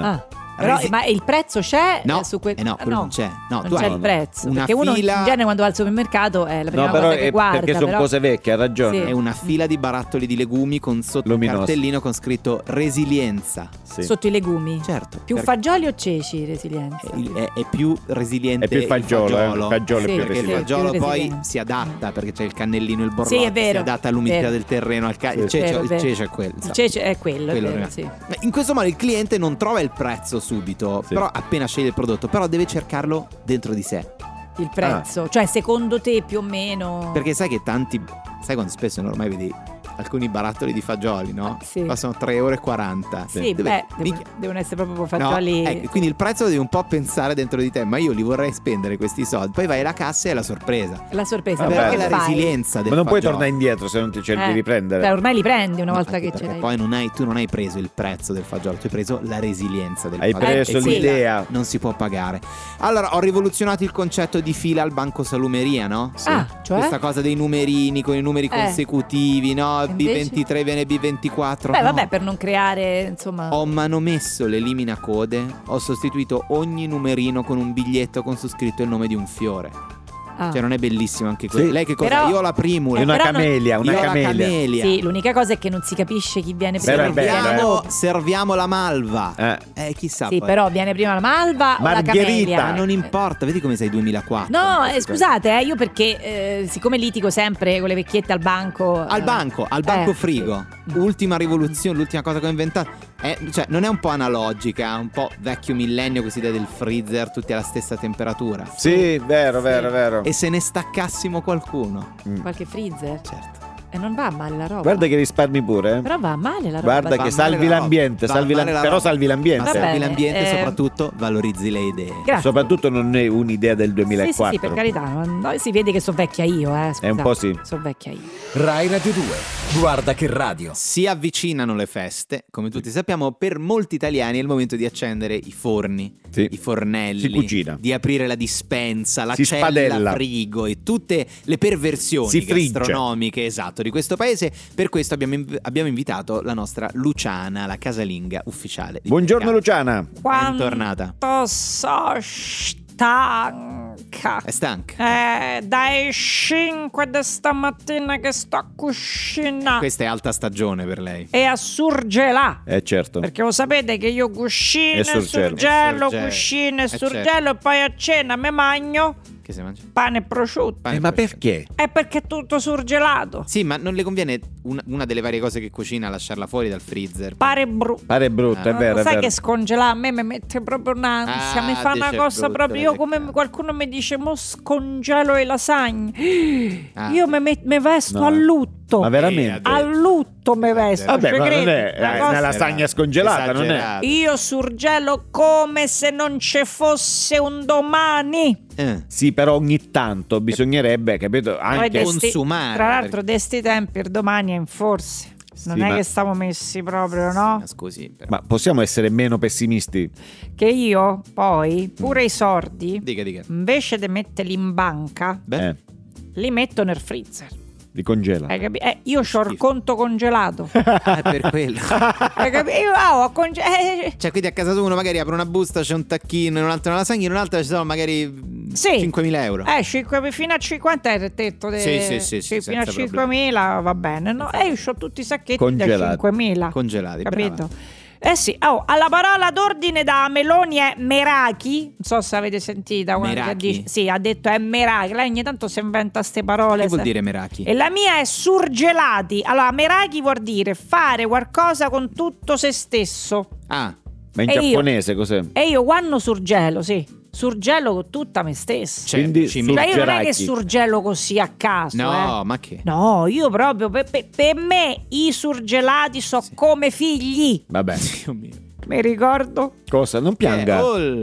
Speaker 2: Però, ma il prezzo c'è?
Speaker 5: No, quello non c'è. No,
Speaker 2: non c'è il prezzo. Perché uno in genere quando va al supermercato è la prima
Speaker 1: cosa
Speaker 2: che guarda.
Speaker 1: Perché sono cose vecchie, ha ragione.
Speaker 5: È una fila di barattoli di legumi con sotto un cartellino con scritto resilienza.
Speaker 2: Sotto i legumi?
Speaker 5: Certo.
Speaker 2: Più fagioli o ceci resilienza?
Speaker 5: È più resiliente.
Speaker 1: È più il fagiolo.
Speaker 5: Perché il fagiolo poi si adatta, perché c'è il cannellino e il borlotto.
Speaker 2: Sì, è vero.
Speaker 5: Si adatta all'umidità del terreno. Il cece è quello.
Speaker 2: Il cece è quello.
Speaker 5: In questo modo il cliente non trova il prezzo subito, però appena sceglie il prodotto, però deve cercarlo dentro di sé.
Speaker 2: Il prezzo, cioè secondo te più o meno.
Speaker 5: Perché sai che sai quando spesso ormai vedi alcuni barattoli di fagioli, no? Costano 3,40 €.
Speaker 2: Devono essere proprio fagioli.
Speaker 5: No, quindi il prezzo lo devi un po' pensare dentro di te, ma io li vorrei spendere questi soldi. Poi vai alla cassa e è la sorpresa.
Speaker 2: La sorpresa,
Speaker 5: perché la resilienza del
Speaker 1: ma non
Speaker 5: fagiolo.
Speaker 1: puoi tornare indietro se non ti cerchi di riprendere.
Speaker 2: Ormai li prendi una volta che ce l'hai.
Speaker 5: Poi tu non hai preso il prezzo del fagiolo, tu hai preso la resilienza del fagiolo.
Speaker 1: Hai preso l'idea.
Speaker 5: Non si può pagare. Allora ho rivoluzionato il concetto di fila al banco salumeria, no?
Speaker 2: Cioè?
Speaker 5: Questa cosa dei numerini con i numeri consecutivi, no? B23 viene B24.
Speaker 2: Beh, vabbè, per non creare, insomma.
Speaker 5: Ho manomesso l'eliminacode, ho sostituito ogni numerino con un biglietto con su scritto il nome di un fiore. Cioè non è bellissimo anche quello?
Speaker 1: Sì.
Speaker 5: Lei che cosa?
Speaker 2: Però,
Speaker 5: io ho la primula.
Speaker 1: Una camelia, una camelia.
Speaker 2: Sì, l'unica cosa è che non si capisce chi viene prima.
Speaker 5: Serviamo la malva. Chissà.
Speaker 2: Sì,
Speaker 5: poi.
Speaker 2: però viene prima la malva o la camelia?
Speaker 5: Ma non importa, vedi come sei 2004.
Speaker 2: No, scusate, io perché siccome litigo sempre con le vecchiette al banco.
Speaker 5: Al banco frigo.
Speaker 2: Sì.
Speaker 5: Ultima rivoluzione, l'ultima cosa che ho inventato. Cioè, non è un po' analogica, un po' vecchio millennio così del freezer, tutti alla stessa temperatura.
Speaker 1: Sì, vero.
Speaker 5: E se ne staccassimo qualcuno?
Speaker 2: Qualche freezer?
Speaker 5: Certo.
Speaker 2: E non va male la roba.
Speaker 1: Guarda che risparmi pure.
Speaker 2: Però va male la roba.
Speaker 1: Guarda che salvi l'ambiente, però salvi l'ambiente.
Speaker 5: Ma salvi l'ambiente e soprattutto valorizzi le idee.
Speaker 2: Grazie.
Speaker 1: Soprattutto non è un'idea del 2004.
Speaker 2: Sì, per carità. Si vede che sono vecchia io,
Speaker 1: È un po' sì.
Speaker 2: Sono vecchia io.
Speaker 4: Rai Radio 2, guarda che radio.
Speaker 5: Si avvicinano le feste, come tutti sappiamo, per molti italiani è il momento di accendere i forni, i fornelli,
Speaker 1: si cucina,
Speaker 5: di aprire la dispensa, la
Speaker 1: si
Speaker 5: cella
Speaker 1: spadella,
Speaker 5: frigo e tutte le perversioni gastronomiche, esatto, di questo paese. Per questo abbiamo invitato la nostra Luciana, la casalinga ufficiale di
Speaker 1: Buongiorno Luciana.
Speaker 5: Bentornata.
Speaker 2: So stanca.
Speaker 5: È stanca?
Speaker 2: Dai 5 di stamattina che sto a cucinare.
Speaker 5: Questa è alta stagione per lei.
Speaker 2: E a surgelà.
Speaker 1: Certo.
Speaker 2: Perché lo sapete che io cucino e surgelo, cucino e surgelo e poi a cena me magno.
Speaker 5: Che si mangia?
Speaker 2: Pane e prosciutto.
Speaker 1: Ma perché?
Speaker 2: È perché è tutto surgelato.
Speaker 5: Sì, ma non le conviene una delle varie cose che cucina lasciarla fuori dal freezer?
Speaker 2: Pare brutto,
Speaker 1: è vero.
Speaker 2: Sai che scongelare a me mi mette proprio un'ansia. Mi fa una cosa proprio. Io come qualcuno mi dice mo scongelo le lasagne. Io mi vesto a lutto.
Speaker 1: Ma veramente?
Speaker 2: A lutto mi vesto.
Speaker 1: Vabbè, ma non è una lasagna scongelata, non è?
Speaker 2: Io surgelo come se non ci fosse un domani.
Speaker 1: Sì, però ogni tanto bisognerebbe, capito, anche
Speaker 5: consumare.
Speaker 2: Tra l'altro, di sti tempi il domani è in forse. Non è che stiamo messi proprio, no?
Speaker 5: Scusi, però.
Speaker 1: Ma possiamo essere meno pessimisti?
Speaker 2: Che io poi pure i sordi,
Speaker 5: dica.
Speaker 2: invece di metterli in banca, li metto nel freezer.
Speaker 1: Li congela.
Speaker 2: Hai capito? Io c'ho il conto congelato.
Speaker 5: È per quello.
Speaker 2: Hai capito? Io ho
Speaker 5: Cioè, quindi a casa tua uno magari apre una busta, c'è un tacchino, in un'altra una lasagna, in un'altra ci sono magari 5.000 euro.
Speaker 2: Fino a 50 è detto.
Speaker 5: Sì,
Speaker 2: fino a 5.000 va bene, no? E io ho tutti i sacchetti
Speaker 1: congelati.
Speaker 2: Da 5.000.
Speaker 5: Congelati,
Speaker 2: capito?
Speaker 5: Brava.
Speaker 2: Sì, alla parola d'ordine da Meloni è Meraki. Non so se avete sentita. Sì, ha detto è Meraki. Lei ogni tanto si inventa ste parole.
Speaker 5: Che vuol dire Meraki?
Speaker 2: E la mia è surgelati. Allora, Meraki vuol dire fare qualcosa con tutto se stesso.
Speaker 1: Ma in giapponese cos'è?
Speaker 2: E io quando surgelo, surgelo con tutta me stessa.
Speaker 1: Quindi
Speaker 2: io non è che surgelo così a caso.
Speaker 5: No, ma che?
Speaker 2: No, io proprio per me i surgelati sono come figli.
Speaker 1: Vabbè.
Speaker 5: Dio mio.
Speaker 2: Mi ricordo.
Speaker 1: Cosa? Non pianga.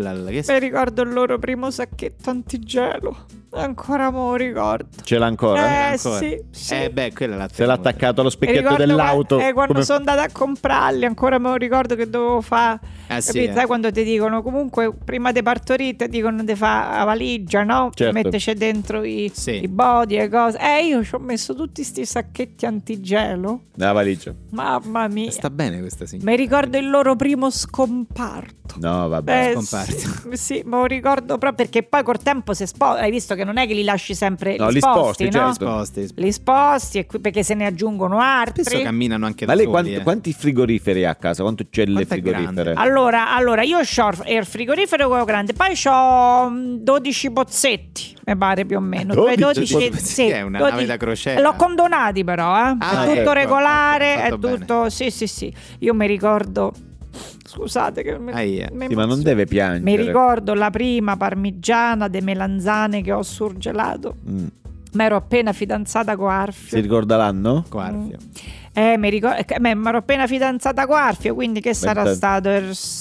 Speaker 2: Mi ricordo il loro primo sacchetto antigelo. Ancora me lo ricordo.
Speaker 1: Ce l'ha ancora?
Speaker 2: Sì.
Speaker 5: Quella l'ha
Speaker 1: se l'ha attaccato allo specchietto dell'auto.
Speaker 2: Quando sono andata a comprarli, ancora me lo ricordo che dovevo fare. Sai quando ti dicono comunque prima di partorire ti dicono di fare la valigia, no?
Speaker 1: Certo.
Speaker 2: Metterci dentro i body e cose. Io ci ho messo tutti sti sacchetti antigelo.
Speaker 1: Nella valigia.
Speaker 2: Mamma mia.
Speaker 5: Sta bene questa signora.
Speaker 2: Mi ricordo il loro primo scomparto.
Speaker 1: No, vabbè.
Speaker 2: Scomparto. Sì, me lo ricordo proprio perché poi col tempo si sposta. Hai visto che non è che li lasci sempre
Speaker 1: li sposti, no?
Speaker 2: Certo. Li sposti e perché se ne aggiungono altri.
Speaker 5: Spesso camminano anche da
Speaker 1: soli.
Speaker 5: Ma
Speaker 1: lei quanti frigoriferi ha a casa? Quanto celle frigorifere?
Speaker 2: Allora io ho il frigorifero quello grande, poi ho 12 pozzetti, mi pare più o meno.
Speaker 5: 12 sì, è una nave da crociera.
Speaker 2: L'ho condonati però, è tutto regolare, è tutto.
Speaker 5: Bene.
Speaker 2: Sì. Io mi ricordo. Scusate che
Speaker 1: ma non deve piangere.
Speaker 2: Mi ricordo la prima parmigiana de melanzane che ho surgelato. Ma ero appena fidanzata con Arfio.
Speaker 1: Si ricorda l'anno?
Speaker 5: Con Arfio.
Speaker 2: Mi ricordo, mi ero appena fidanzata con Arfio, quindi che sarà stato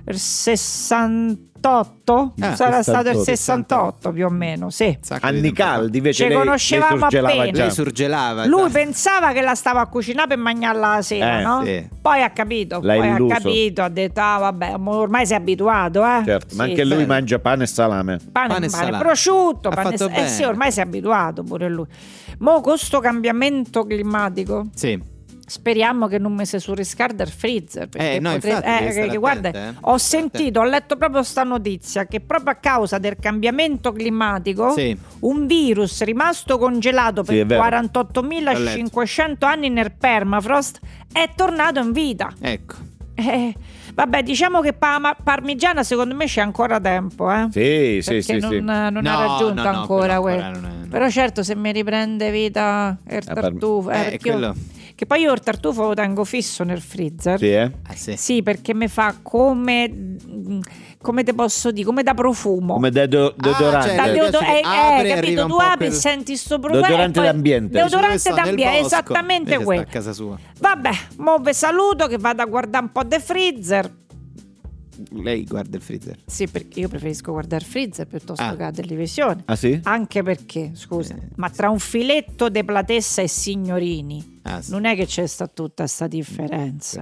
Speaker 2: 68? Sarà stato il 68 più o meno, sì.
Speaker 1: Anni caldi, invece
Speaker 2: ci conoscevamo appena.
Speaker 5: Lei surgelava.
Speaker 2: Lui pensava che la stava a cucinare per mangiarla la sera, no?
Speaker 5: Sì.
Speaker 2: Poi ha capito, ha detto, vabbè, ormai si è abituato,
Speaker 1: Certo,
Speaker 2: sì,
Speaker 1: ma anche lui mangia pane e salame.
Speaker 2: Pane e salame. Prosciutto, sì, ormai si è abituato pure lui. Mo' con sto cambiamento climatico.
Speaker 5: Sì.
Speaker 2: Speriamo che non mi si surriscalda il freezer.
Speaker 5: No, infatti,
Speaker 2: guarda, ho letto proprio sta notizia che proprio a causa del cambiamento climatico un virus rimasto congelato per 48.500 anni nel permafrost è tornato in vita.
Speaker 5: Ecco.
Speaker 2: Vabbè, diciamo che parmigiana secondo me c'è ancora tempo,
Speaker 1: Sì.
Speaker 2: Non ha raggiunto ancora quello. Però certo, se mi riprende vita il tartufo, che poi io il tartufo lo tengo fisso nel freezer.
Speaker 1: Sì,
Speaker 2: sì, perché mi fa come te posso dire, come da profumo,
Speaker 1: come deodorante.
Speaker 2: Capito? Tu apri e senti sto profumo.
Speaker 1: Deodorante d'ambiente.
Speaker 2: Deodorante d'ambiente, esattamente quello.
Speaker 5: A casa sua.
Speaker 2: Vabbè, mo vi saluto che vado a guardare un po' del freezer.
Speaker 5: Lei guarda il freezer?
Speaker 2: Sì, perché io preferisco guardare il freezer piuttosto che la televisione.
Speaker 1: Sì?
Speaker 2: Anche perché, scusa, ma tra un filetto de Platessa e Signorini non è che c'è sta tutta sta differenza.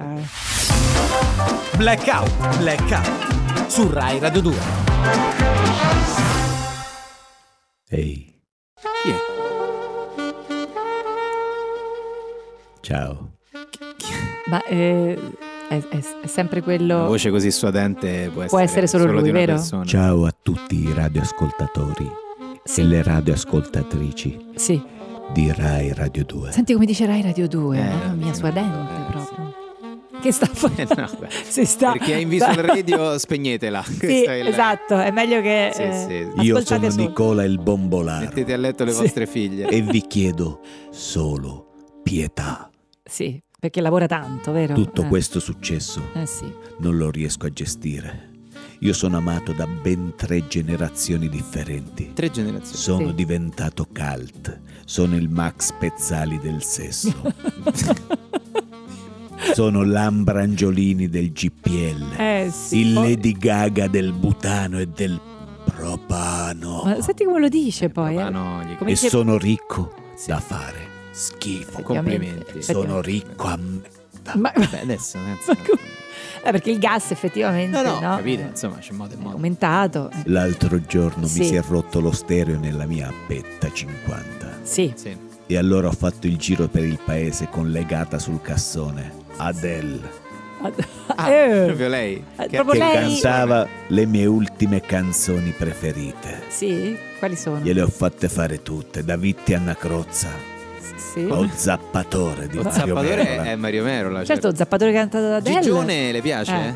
Speaker 4: Blackout su Rai Radio 2.
Speaker 1: Ehi.
Speaker 5: Chi è?
Speaker 1: Ciao.
Speaker 2: Ma è sempre quello.
Speaker 5: Una voce così suadente può essere
Speaker 2: solo lui, vero?
Speaker 5: Persona.
Speaker 1: Ciao a tutti i radioascoltatori e le radioascoltatrici di Rai Radio 2.
Speaker 2: Senti come dice Rai Radio 2, mamma mia, suadente proprio. Che sta facendo?
Speaker 5: Perché è in visual radio, spegnetela.
Speaker 2: Sì, esatto, è meglio che
Speaker 1: io sono Nicola il Bombolaro.
Speaker 5: Mettete a letto le vostre figlie
Speaker 1: e vi chiedo solo pietà.
Speaker 2: Sì, perché lavora tanto, vero?
Speaker 1: Tutto questo successo non lo riesco a gestire. Io sono amato da ben 3 generazioni differenti.
Speaker 5: 3 generazioni?
Speaker 1: Sono diventato cult. Sono il Max Pezzali del sesso. Sono l'Ambrangiolini del GPL. Il Lady Gaga del butano e del propano.
Speaker 2: Ma senti come lo dice poi.
Speaker 1: E sono ricco da fare schifo.
Speaker 5: Complimenti.
Speaker 1: Sono ricco a
Speaker 5: Vabbè, adesso.
Speaker 2: Perché il gas effettivamente
Speaker 5: no, capito, insomma c'è modo e modo.
Speaker 2: È aumentato.
Speaker 1: L'altro giorno mi si è rotto lo stereo nella mia Betta 50.
Speaker 2: Sì.
Speaker 1: E allora ho fatto il giro per il paese collegata sul cassone Adele.
Speaker 5: Proprio lei
Speaker 1: che cantava le mie ultime canzoni preferite.
Speaker 2: Sì? Quali sono?
Speaker 1: Gliele ho fatte fare tutte, da Vitti a Nacrozza. O Zappatore di Mario Merola.
Speaker 5: È Mario Merola.
Speaker 2: Certo, Zappatore cantato da Adele.
Speaker 5: Gigione le piace?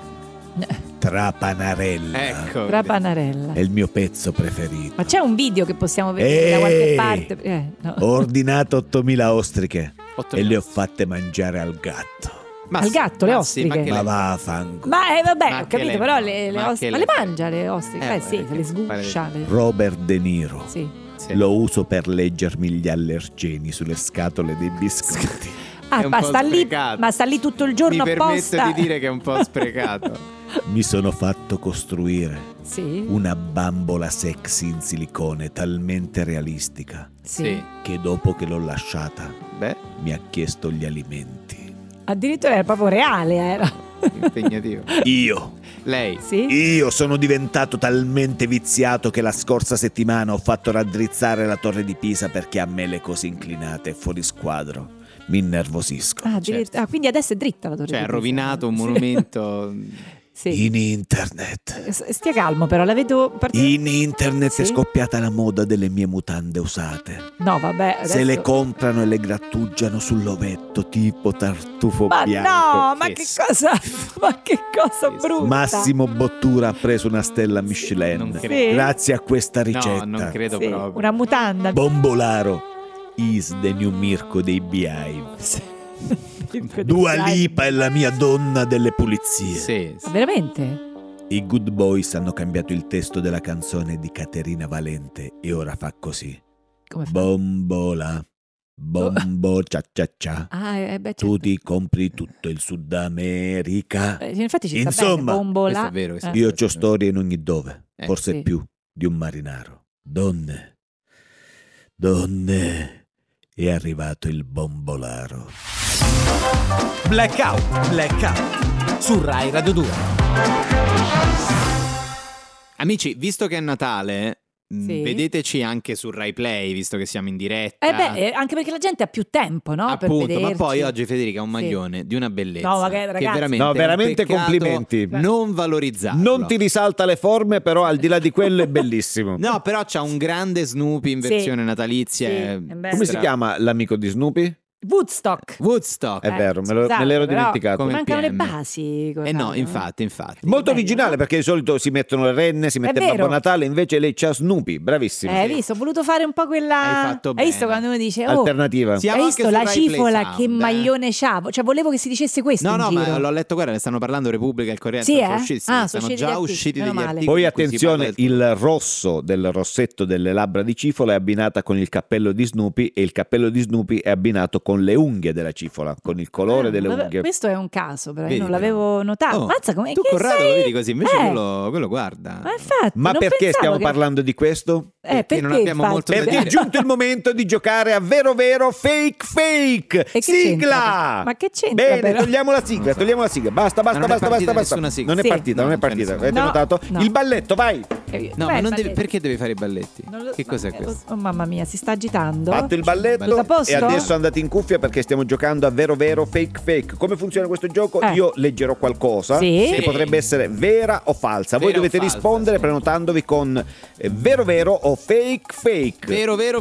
Speaker 1: Trapanarella.
Speaker 5: Ecco.
Speaker 2: Trapanarella.
Speaker 1: È il mio pezzo preferito.
Speaker 2: Ma c'è un video che possiamo vedere da qualche parte?
Speaker 1: Ho ordinato 8.000 ostriche e le ho fatte mangiare al gatto.
Speaker 2: Al gatto le ostriche?
Speaker 1: Ma vaffanculo.
Speaker 2: Ma vabbè, ho capito, però le ostriche. Ma le mangia le ostriche? Se le sguscia.
Speaker 1: Robert De Niro. Lo uso per leggermi gli allergeni sulle scatole dei biscotti.
Speaker 2: Ma sta lì tutto il giorno apposta.
Speaker 5: Mi permetto di dire che è un po' sprecato.
Speaker 1: Mi sono fatto costruire una bambola sexy in silicone talmente realistica che dopo che l'ho lasciata mi ha chiesto gli alimenti.
Speaker 2: Addirittura era proprio reale, era
Speaker 5: impegnativo.
Speaker 1: Lei? Io sono diventato talmente viziato che la scorsa settimana ho fatto raddrizzare la torre di Pisa perché a me le cose inclinate e fuori squadro mi innervosisco.
Speaker 2: Quindi adesso è dritta la torre di Pisa.
Speaker 5: Ha rovinato un monumento.
Speaker 1: In internet.
Speaker 2: Stia calmo, però la vedo
Speaker 1: in internet è scoppiata la moda delle mie mutande usate.
Speaker 2: No, vabbè, adesso...
Speaker 1: Se le comprano e le grattugiano sull'ovetto tipo tartufo bianco.
Speaker 2: No, ma che cosa brutta.
Speaker 1: Massimo Bottura ha preso una stella Michelin grazie a questa ricetta.
Speaker 5: No, non credo proprio.
Speaker 2: Una mutanda.
Speaker 1: Bombolaro is the new Mirko dei Beehive. Dua Lipa è la mia donna delle pulizie.
Speaker 2: Ma veramente?
Speaker 1: I Good Boys hanno cambiato il testo della canzone di Caterina Valente e ora fa così.
Speaker 2: Come fa?
Speaker 1: Bombola, Bombo cia cia cia.
Speaker 2: Certo.
Speaker 1: Tu ti compri tutto il Sud America.
Speaker 2: Infatti ci sta
Speaker 1: Insomma,
Speaker 2: bene, bombola.
Speaker 5: Questo è vero, questo è
Speaker 1: Io c'ho storie in ogni dove, forse
Speaker 2: sì.
Speaker 1: più di un marinaro. Donne, è arrivato il bombolaro.
Speaker 4: Blackout su Rai Radio 2.
Speaker 5: Amici, visto che è Natale,
Speaker 2: Sì.
Speaker 5: vedeteci anche su Rai Play, visto che siamo in diretta.
Speaker 2: Anche perché la gente ha più tempo, no? Per
Speaker 5: Appunto,
Speaker 2: vederci.
Speaker 5: ma poi oggi Federica ha un maglione di una bellezza.
Speaker 2: No, ragazzi.
Speaker 5: che veramente,
Speaker 1: No, veramente
Speaker 5: è un peccato
Speaker 1: complimenti.
Speaker 5: Non valorizzato.
Speaker 1: Non ti risalta le forme, però al di là di quello è bellissimo.
Speaker 5: No, però c'ha un grande Snoopy in versione natalizia.
Speaker 2: Sì,
Speaker 5: è
Speaker 2: è bello.
Speaker 1: Come si chiama l'amico di Snoopy?
Speaker 2: Woodstock.
Speaker 1: È vero, me
Speaker 2: scusate,
Speaker 1: l'ero
Speaker 2: però
Speaker 1: dimenticato.
Speaker 5: Come il
Speaker 2: mancano le
Speaker 5: PM.
Speaker 2: basi.
Speaker 5: No, infatti.
Speaker 1: Molto
Speaker 2: bello,
Speaker 1: originale,
Speaker 2: no?
Speaker 1: perché di solito si mettono le renne, si mette il
Speaker 2: vero.
Speaker 1: Babbo Natale, invece lei c'ha Snoopy, bravissimo.
Speaker 2: Hai visto? Ho voluto fare un po' quella.
Speaker 5: Hai fatto
Speaker 2: Hai visto
Speaker 5: bene.
Speaker 2: quando uno dice
Speaker 1: Alternativa.
Speaker 5: Siamo
Speaker 2: hai
Speaker 5: anche
Speaker 2: visto
Speaker 5: su
Speaker 2: la
Speaker 5: Rai Play
Speaker 2: cifola
Speaker 5: Sound,
Speaker 2: che maglione c'ha? Cioè volevo che si dicesse questo
Speaker 5: No,
Speaker 2: in
Speaker 5: no,
Speaker 2: giro.
Speaker 5: ma l'ho letto, guarda, ne stanno parlando Repubblica e il Corriere.
Speaker 2: Sì,
Speaker 5: sono
Speaker 2: eh?
Speaker 5: usciti,
Speaker 2: Ah, sono
Speaker 5: sono
Speaker 2: usciti
Speaker 5: già
Speaker 2: gli articoli,
Speaker 5: usciti
Speaker 2: meno
Speaker 5: degli
Speaker 2: male.
Speaker 5: articoli.
Speaker 1: Poi
Speaker 5: in cui si
Speaker 1: attenzione,
Speaker 5: parla del-
Speaker 1: il rosso del rossetto delle labbra di cifola è abbinata con il cappello di Snoopy e il cappello di Snoopy è abbinato con le unghie della cifola, con il colore delle unghie.
Speaker 2: Questo è un caso, però
Speaker 5: Vedi,
Speaker 2: io non
Speaker 5: però.
Speaker 2: l'avevo notato.
Speaker 5: Oh,
Speaker 2: Mazza, come
Speaker 5: tu
Speaker 2: che
Speaker 5: Corrado
Speaker 2: sei?
Speaker 5: lo vedi così, invece
Speaker 2: Eh.
Speaker 5: quello guarda.
Speaker 2: Ma infatti,
Speaker 1: Ma
Speaker 2: non
Speaker 1: perché
Speaker 2: pensavo
Speaker 1: stiamo
Speaker 2: che-
Speaker 1: parlando di questo?
Speaker 2: Perché
Speaker 5: non abbiamo
Speaker 2: infatti?
Speaker 5: molto da
Speaker 1: Perché
Speaker 5: dire.
Speaker 1: è giunto il momento di giocare a vero vero fake.
Speaker 2: E che
Speaker 1: Sigla!
Speaker 2: c'entra? Ma che c'entra,
Speaker 1: Bene,
Speaker 2: però?
Speaker 1: togliamo la sigla. Basta.
Speaker 5: non è partita nessuna sigla.
Speaker 1: Non è
Speaker 2: Sì.
Speaker 1: partita, non è
Speaker 5: No,
Speaker 1: partita.
Speaker 5: non
Speaker 1: Avete
Speaker 2: no,
Speaker 1: notato?
Speaker 2: no.
Speaker 1: Il balletto, vai!
Speaker 5: No, ma non devi- perché devi fare i balletti? Che cos'è
Speaker 2: ma-
Speaker 5: questo?
Speaker 2: Oh mamma mia, si sta agitando.
Speaker 1: Fatto il balletto
Speaker 2: Tutto a posto?
Speaker 1: e adesso andate in cuffia perché stiamo giocando a vero vero fake. Come funziona questo gioco? Io leggerò qualcosa
Speaker 2: Sì.
Speaker 1: che potrebbe essere vera o falsa. Voi
Speaker 5: Vera o
Speaker 1: dovete
Speaker 5: falsa,
Speaker 1: rispondere
Speaker 5: sì.
Speaker 1: prenotandovi con vero o fake.
Speaker 5: Vero,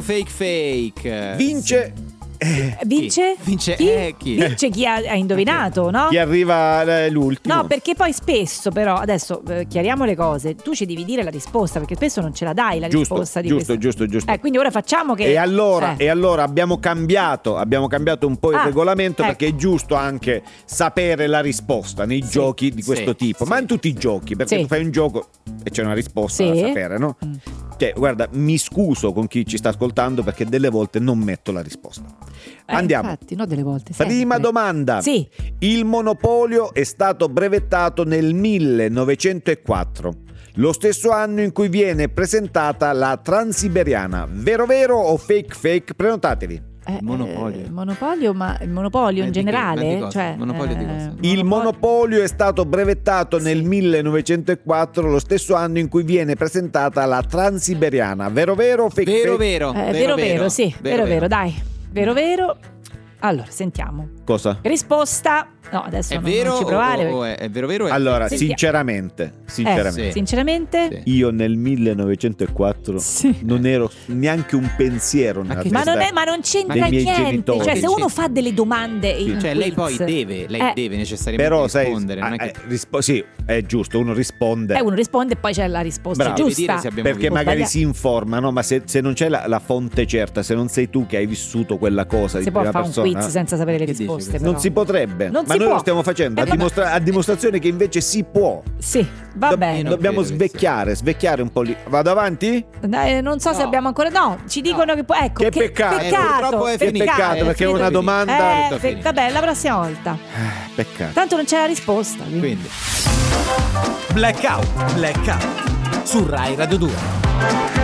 Speaker 5: fake.
Speaker 1: Vince
Speaker 2: Vince?
Speaker 5: Vince chi?
Speaker 2: Vince chi ha indovinato, no?
Speaker 1: chi arriva l'ultimo.
Speaker 2: No, perché poi spesso però, adesso chiariamo le cose, tu ci devi dire la risposta, perché spesso non ce la dai la risposta di questo.
Speaker 1: Giusto.
Speaker 2: Quindi ora facciamo che...
Speaker 1: E allora abbiamo cambiato un po' il regolamento perché è giusto anche sapere la risposta nei giochi di questo tipo, ma in tutti i giochi, perché tu fai un gioco e c'è una risposta da sapere, no? Cioè, guarda, mi scuso con chi ci sta ascoltando perché delle volte non metto la risposta. Andiamo.
Speaker 2: Infatti, no, delle volte.
Speaker 1: Prima domanda.
Speaker 2: Sì.
Speaker 1: Il monopolio è stato brevettato nel 1904, lo stesso anno in cui viene presentata la Transiberiana. Vero o fake? Prenotatevi.
Speaker 2: Monopolio, ma il monopolio in generale? Cioè,
Speaker 5: Monopolio di cosa?
Speaker 1: Il monopolio è stato brevettato nel 1904, lo stesso anno in cui viene presentata la Transiberiana. Vero o fake?
Speaker 5: Vero.
Speaker 2: Vero, vero, dai. Vero. Allora, sentiamo.
Speaker 1: Cosa?
Speaker 2: Risposta. No, adesso
Speaker 5: È
Speaker 2: non
Speaker 5: vero
Speaker 2: ci provare.
Speaker 5: o è vero?
Speaker 1: Allora,
Speaker 2: Sentiamo.
Speaker 1: sinceramente.
Speaker 2: Sinceramente?
Speaker 1: Io nel 1904 non ero neanche un pensiero nella testa
Speaker 2: Ma non c'entra
Speaker 1: dei miei
Speaker 2: niente.
Speaker 1: genitori.
Speaker 2: Cioè, se uno fa delle domande in
Speaker 5: Cioè,
Speaker 2: un
Speaker 5: lei
Speaker 2: quiz,
Speaker 5: poi deve necessariamente
Speaker 1: Però sai,
Speaker 5: rispondere. Non è che...
Speaker 1: sì, è giusto, uno risponde.
Speaker 2: uno risponde e poi c'è la risposta
Speaker 1: Bravo.
Speaker 5: Devi
Speaker 2: giusta.
Speaker 5: dire se abbiamo
Speaker 1: Perché
Speaker 5: vinto.
Speaker 1: magari
Speaker 2: sbagliato.
Speaker 1: si informa, no? Ma se non c'è la fonte certa, se non sei tu che hai vissuto quella cosa
Speaker 2: Si
Speaker 1: di
Speaker 2: può
Speaker 1: prima
Speaker 2: fare un
Speaker 1: persona,
Speaker 2: quiz senza sapere le
Speaker 5: Che dici
Speaker 2: risposte.
Speaker 5: questo?
Speaker 2: però.
Speaker 1: non si potrebbe.
Speaker 2: Non
Speaker 1: Ma
Speaker 2: si
Speaker 1: noi
Speaker 2: può.
Speaker 1: lo stiamo facendo a dimostrazione che invece si può.
Speaker 2: Sì, va bene.
Speaker 1: Dobbiamo
Speaker 5: credo che
Speaker 1: svecchiare un po' lì. Vado avanti?
Speaker 2: Non so se abbiamo ancora. No, ci dicono che può. Ecco,
Speaker 1: Che peccato.
Speaker 5: Purtroppo è
Speaker 1: Che
Speaker 5: finito.
Speaker 1: peccato, perché è una
Speaker 5: finito.
Speaker 1: domanda.
Speaker 5: Tutto finito.
Speaker 2: Vabbè, la prossima volta.
Speaker 1: Peccato.
Speaker 2: Tanto non c'è la risposta.
Speaker 5: Quindi,
Speaker 4: Blackout su Rai Radio 2.